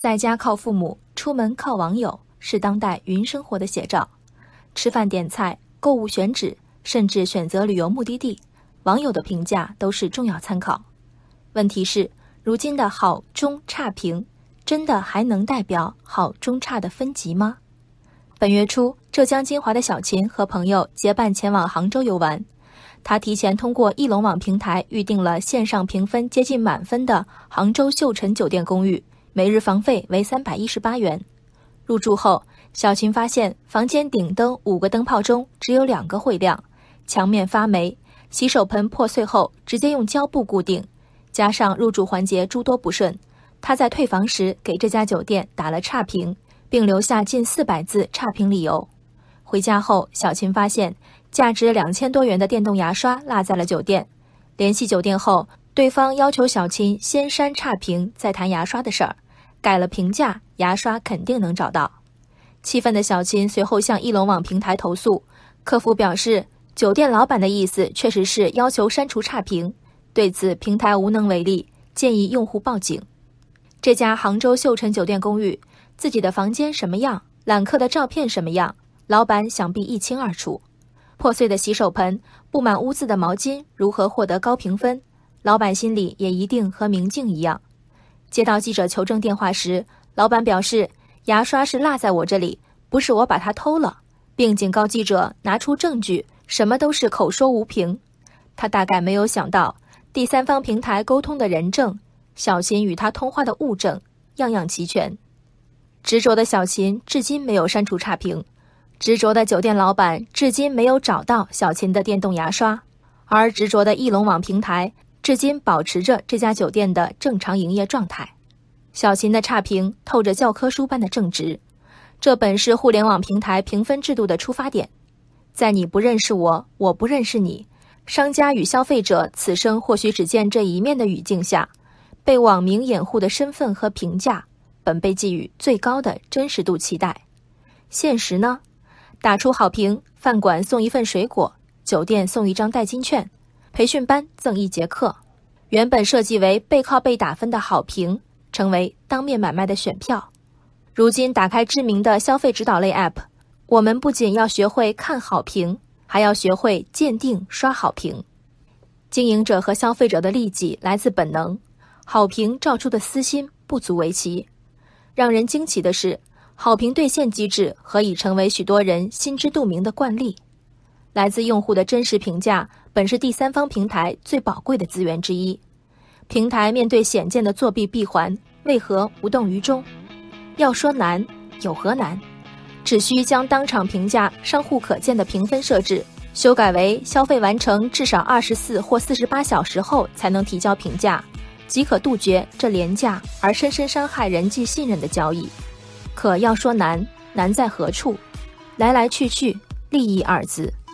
在家靠父母，出门靠网友，是当代云生活的写照。吃饭点菜、购物选址，甚至选择旅游目的地，网友的评价都是重要参考。问题是，如今的好、中、差评，真的还能代表好、中、差的分级吗？本月初，浙江金华的小秦和朋友结伴前往杭州游玩。他提前通过艺龙网平台预订了线上评分接近满分的杭州秀晨酒店公寓，每日房费为318元。入住后，小秦发现房间顶灯5个灯泡中只有2个会亮，墙面发霉，洗手盆破碎后直接用胶布固定，加上入住环节诸多不顺，他在退房时给这家酒店打了差评，并留下近400字差评理由。回家后，小秦发现价值2000多元的电动牙刷落在了酒店。联系酒店后，对方要求小秦先删差评再谈牙刷的事儿，改了评价，牙刷肯定能找到。气愤的小秦随后向艺龙网平台投诉，客服表示酒店老板的意思确实是要求删除差评，对此平台无能为力，建议用户报警。这家杭州秀晨酒店公寓，自己的房间什么样，揽客的照片什么样，老板想必一清二楚。破碎的洗手盆，布满污渍的毛巾，如何获得高评分？老板心里也一定和明镜一样。接到记者求证电话时，老板表示牙刷是落在我这里，不是我把它偷了，并警告记者拿出证据，什么都是口说无凭。他大概没有想到，第三方平台沟通的人证，小秦与他通话的物证，样样齐全。执着的小秦至今没有删除差评，执着的酒店老板至今没有找到小秦的电动牙刷，而执着的艺龙网平台至今保持着这家酒店的正常营业状态。小秦的差评透着教科书般的正直，这本是互联网平台评分制度的出发点。在你不认识我，我不认识你，商家与消费者此生或许只见这一面的语境下，被网民掩护的身份和评价本被寄予最高的真实度期待。现实呢？打出好评，饭馆送1份水果，酒店送1张代金券，培训班赠1节课。原本设计为背靠背打分的好评，成为当面买卖的选票。如今打开知名的消费指导类 App， 我们不仅要学会看好评，还要学会鉴定刷好评。经营者和消费者的利己来自本能，好评照出的私心不足为奇。让人惊奇的是，好评兑现机制何以成为许多人心知肚明的惯例。来自用户的真实评价本是第三方平台最宝贵的资源之一，平台面对显见的作弊闭环，为何无动于衷？要说难，有何难？只需将当场评价商户可见的评分设置修改为消费完成至少24或48小时后才能提交评价，即可杜绝这廉价而深深伤害人际信任的交易。可要说难，难在何处？来来去去，利益2字。